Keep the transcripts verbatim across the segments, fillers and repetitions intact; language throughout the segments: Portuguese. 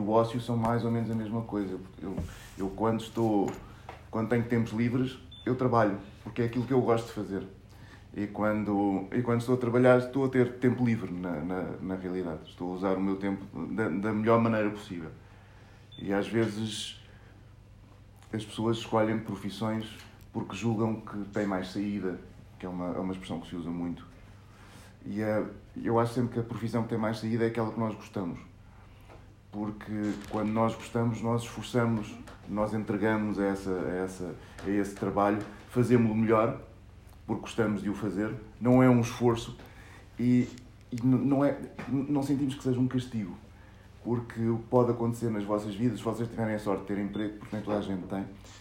o ócio são mais ou menos a mesma coisa. Eu, eu quando estou, quando tenho tempos livres, eu trabalho, porque é aquilo que eu gosto de fazer. E quando, e quando estou a trabalhar, estou a ter tempo livre, na, na, na realidade. Estou a usar o meu tempo da, da melhor maneira possível. E às vezes as pessoas escolhem profissões porque julgam que têm mais saída, que é uma, é uma expressão que se usa muito. E é, eu acho sempre que a profissão que tem mais saída é aquela que nós gostamos. Porque quando nós gostamos, nós esforçamos, nós entregamos a, essa, a, essa, a esse trabalho, fazemos-lo melhor, porque gostamos de o fazer, não é um esforço e, e não, é, não sentimos que seja um castigo, porque o que pode acontecer nas vossas vidas, se vocês tiverem a sorte de ter emprego, porque nem toda a gente tem,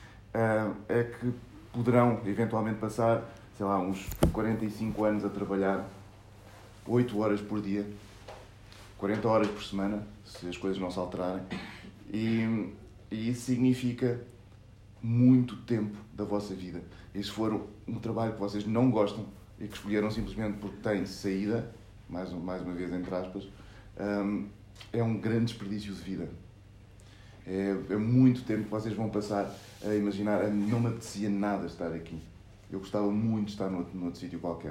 é que poderão eventualmente passar, sei lá, uns quarenta e cinco anos a trabalhar, oito horas por dia, quarenta horas por semana, se as coisas não se alterarem, e, e isso significa muito tempo da vossa vida. E se for um trabalho que vocês não gostam e que escolheram simplesmente porque tem saída, mais, mais uma vez entre aspas, um, é um grande desperdício de vida. É, é muito tempo que vocês vão passar a imaginar, a não me apetecia nada estar aqui. Eu gostava muito de estar noutro, noutro sítio qualquer.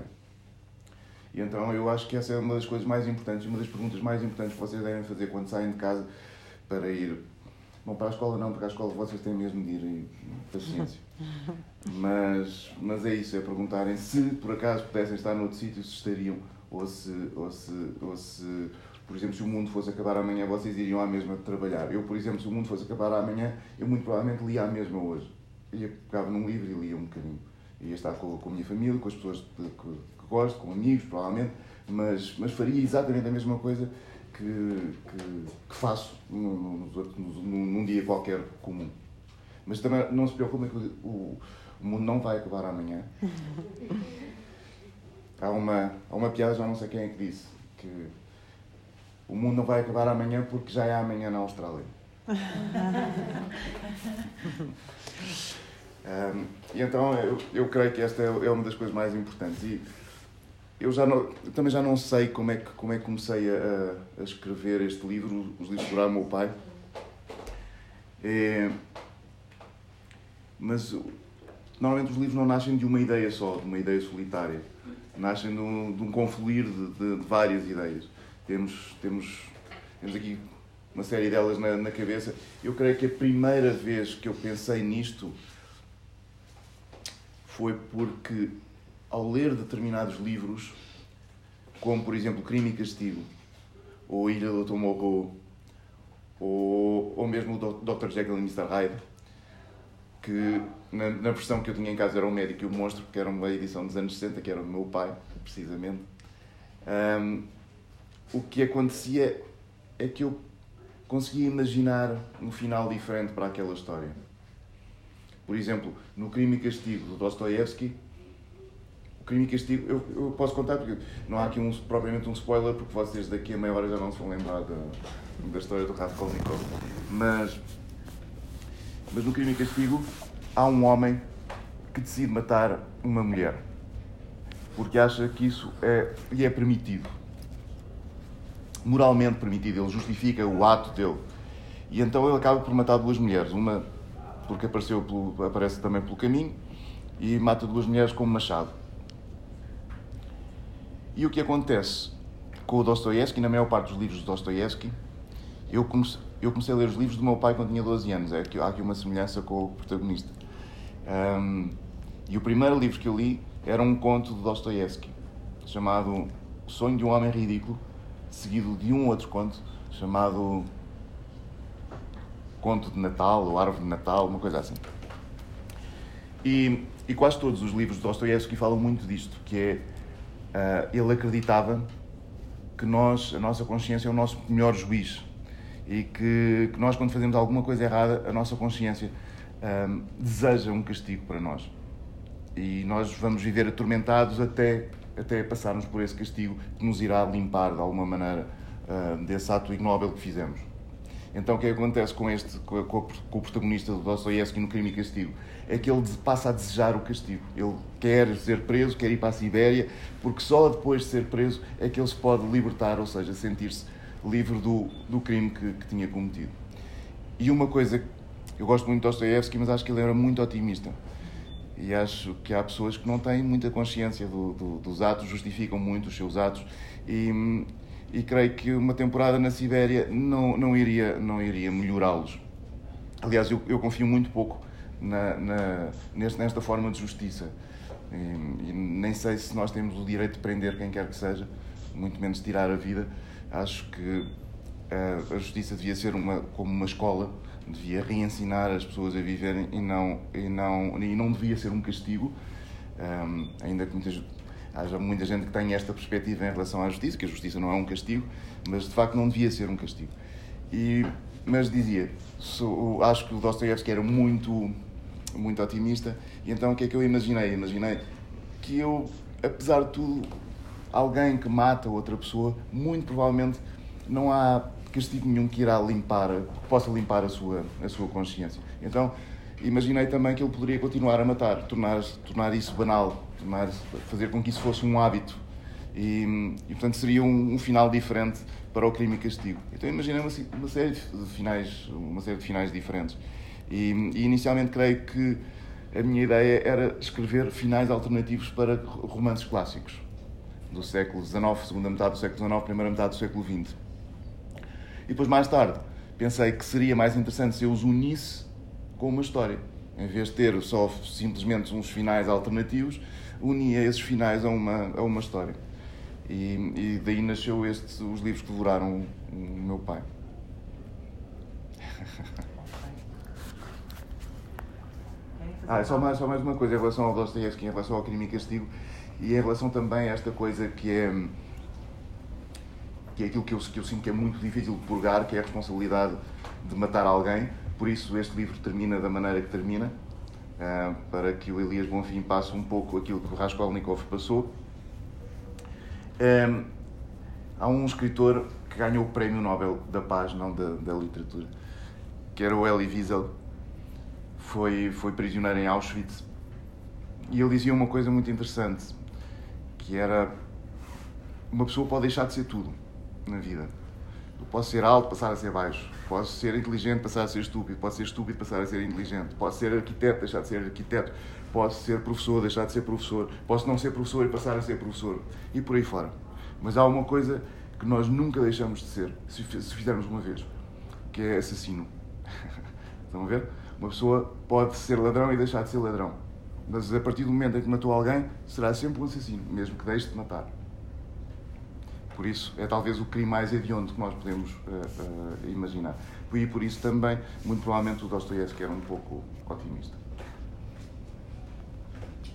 E então eu acho que essa é uma das coisas mais importantes, uma das perguntas mais importantes que vocês devem fazer quando saem de casa para ir... Bom, para a escola não, porque à escola vocês têm mesmo de ir e paciência. Mas, mas é isso, é perguntarem se por acaso pudessem estar noutro sítio, se estariam, ou se, ou se, ou se, por exemplo, se o mundo fosse acabar amanhã, vocês iriam à mesma trabalhar. Eu, por exemplo, se o mundo fosse acabar amanhã, eu muito provavelmente lia à mesma hoje. Ia, pegava num livro e lia um bocadinho. Ia estar com, com a minha família, com as pessoas que, que, que gosto, com amigos, provavelmente, mas, mas faria exatamente a mesma coisa que, que, que faço num, num, num dia qualquer comum. Mas também não se preocupem que o, o mundo não vai acabar amanhã. Há uma, há uma piada, já não sei quem é que disse, que o mundo não vai acabar amanhã porque já é amanhã na Austrália. um, e então eu, eu creio que esta é uma das coisas mais importantes. E eu, já não, eu também já não sei como é que, como é que comecei a, a escrever este livro, os livros do meu pai. É, mas normalmente os livros não nascem de uma ideia só, de uma ideia solitária. Nascem de um, de um confluir de, de, de várias ideias. Temos, temos, temos aqui uma série delas na, na cabeça. Eu creio que a primeira vez que eu pensei nisto foi porque, ao ler determinados livros, como por exemplo Crime e Castigo, ou Ilha do doutor Moreau, ou, ou mesmo o doutor Jekyll e mister Hyde, que na, na versão que eu tinha em casa era o Médico e o Monstro, que era uma edição dos anos sessenta, que era do meu pai, precisamente. Um, o que acontecia é que eu conseguia imaginar um final diferente para aquela história. Por exemplo, no Crime e Castigo, do Dostoiévski, o Crime e Castigo, eu, eu posso contar, porque não há aqui um, propriamente um spoiler, porque vocês daqui a meia hora já não se vão lembrar da, da história do Raskolnikov. Mas, mas no Crime e Castigo há um homem que decide matar uma mulher, porque acha que isso é, lhe é permitido. Moralmente permitido, ele justifica o ato dele. E então ele acaba por matar duas mulheres, uma porque apareceu pelo, aparece também pelo caminho, e mata duas mulheres com um machado. E o que acontece com o Dostoiévski, na maior parte dos livros de Dostoiévski, eu comecei, eu comecei a ler os livros do meu pai quando tinha doze anos, é que há aqui uma semelhança com o protagonista. Um, e o primeiro livro que eu li era um conto de Dostoiévski, chamado O Sonho de um Homem Ridículo, seguido de um outro conto chamado Conto de Natal, ou Árvore de Natal, uma coisa assim. E, e quase todos os livros de Dostoiévski falam muito disto, que é, uh, ele acreditava que nós, a nossa consciência é o nosso melhor juiz, e que, que nós, quando fazemos alguma coisa errada, a nossa consciência um, deseja um castigo para nós. E nós vamos viver atormentados até, até passarmos por esse castigo, que nos irá limpar, de alguma maneira, uh, desse ato ignóbil que fizemos. Então o que acontece com, este, com, a, com o protagonista do Dostoiévski no Crime e Castigo? É que ele passa a desejar o castigo. Ele quer ser preso, quer ir para a Sibéria, porque só depois de ser preso é que ele se pode libertar, ou seja, sentir-se livre do, do crime que, que tinha cometido. e uma coisa, eu gosto muito de Dostoiévski, mas acho que ele era muito otimista. E acho que há pessoas que não têm muita consciência do, do, dos atos, justificam muito os seus atos, e, e creio que uma temporada na Sibéria não, não iria, não iria melhorá-los. Aliás, eu, eu confio muito pouco na, na, nesta, nesta forma de justiça. E, e nem sei se nós temos o direito de prender quem quer que seja, muito menos tirar a vida. Acho que a, a justiça devia ser uma, como uma escola, devia reensinar as pessoas a viverem e não, e não, e não devia ser um castigo, um, ainda que muitas, haja muita gente que tenha esta perspectiva em relação à justiça, que a justiça não é um castigo, mas de facto não devia ser um castigo. E, mas dizia, sou, acho que o Dostoiévski era muito, muito otimista, e então o que é que eu imaginei? Imaginei que eu, apesar de tudo, alguém que mata outra pessoa, muito provavelmente não há castigo nenhum que irá limpar, que possa limpar a sua, a sua consciência. Então, imaginei também que ele poderia continuar a matar, tornar, tornar isso banal, tornar, fazer com que isso fosse um hábito. E, e portanto, seria um, um final diferente para o crime e castigo. Então, imaginei uma, uma, série de finais, uma série de finais diferentes. E, e, inicialmente, creio que a minha ideia era escrever finais alternativos para romances clássicos do século dezenove, segunda metade do século dezenove, primeira metade do século vinte. E depois, mais tarde, pensei que seria mais interessante se eu os unisse com uma história. Em vez de ter só simplesmente uns finais alternativos, unia esses finais a uma, a uma história. E, e daí nasceu estes, os livros que devoraram o, o meu pai. Ah, é só mais, só mais uma coisa em relação ao Dostoiévski, em relação ao crime e castigo, e em relação também a esta coisa que é... que é aquilo que eu, que eu sinto que é muito difícil de purgar, que é a responsabilidade de matar alguém. Por isso este livro termina da maneira que termina, uh, para que o Elias Bonfim passe um pouco aquilo que o Raskolnikov passou. Um, há um escritor que ganhou o Prémio Nobel da Paz, não da, da literatura, que era o Elie Wiesel. Foi, foi prisioneiro em Auschwitz, e ele dizia uma coisa muito interessante, que era: uma pessoa pode deixar de ser tudo na vida. Eu posso ser alto, passar a ser baixo. Posso ser inteligente, passar a ser estúpido. Posso ser estúpido, passar a ser inteligente. Posso ser arquiteto, deixar de ser arquiteto. Posso ser professor, deixar de ser professor. Posso não ser professor e passar a ser professor. E por aí fora. Mas há uma coisa que nós nunca deixamos de ser, se fizermos uma vez, que é assassino. Estão a ver? Uma pessoa pode ser ladrão e deixar de ser ladrão. Mas a partir do momento em que matou alguém, será sempre um assassino, mesmo que deixe de matar. Por isso, é talvez o crime mais hediondo que nós podemos uh, uh, imaginar. E por isso também, muito provavelmente, o Dostoiévski era um pouco otimista.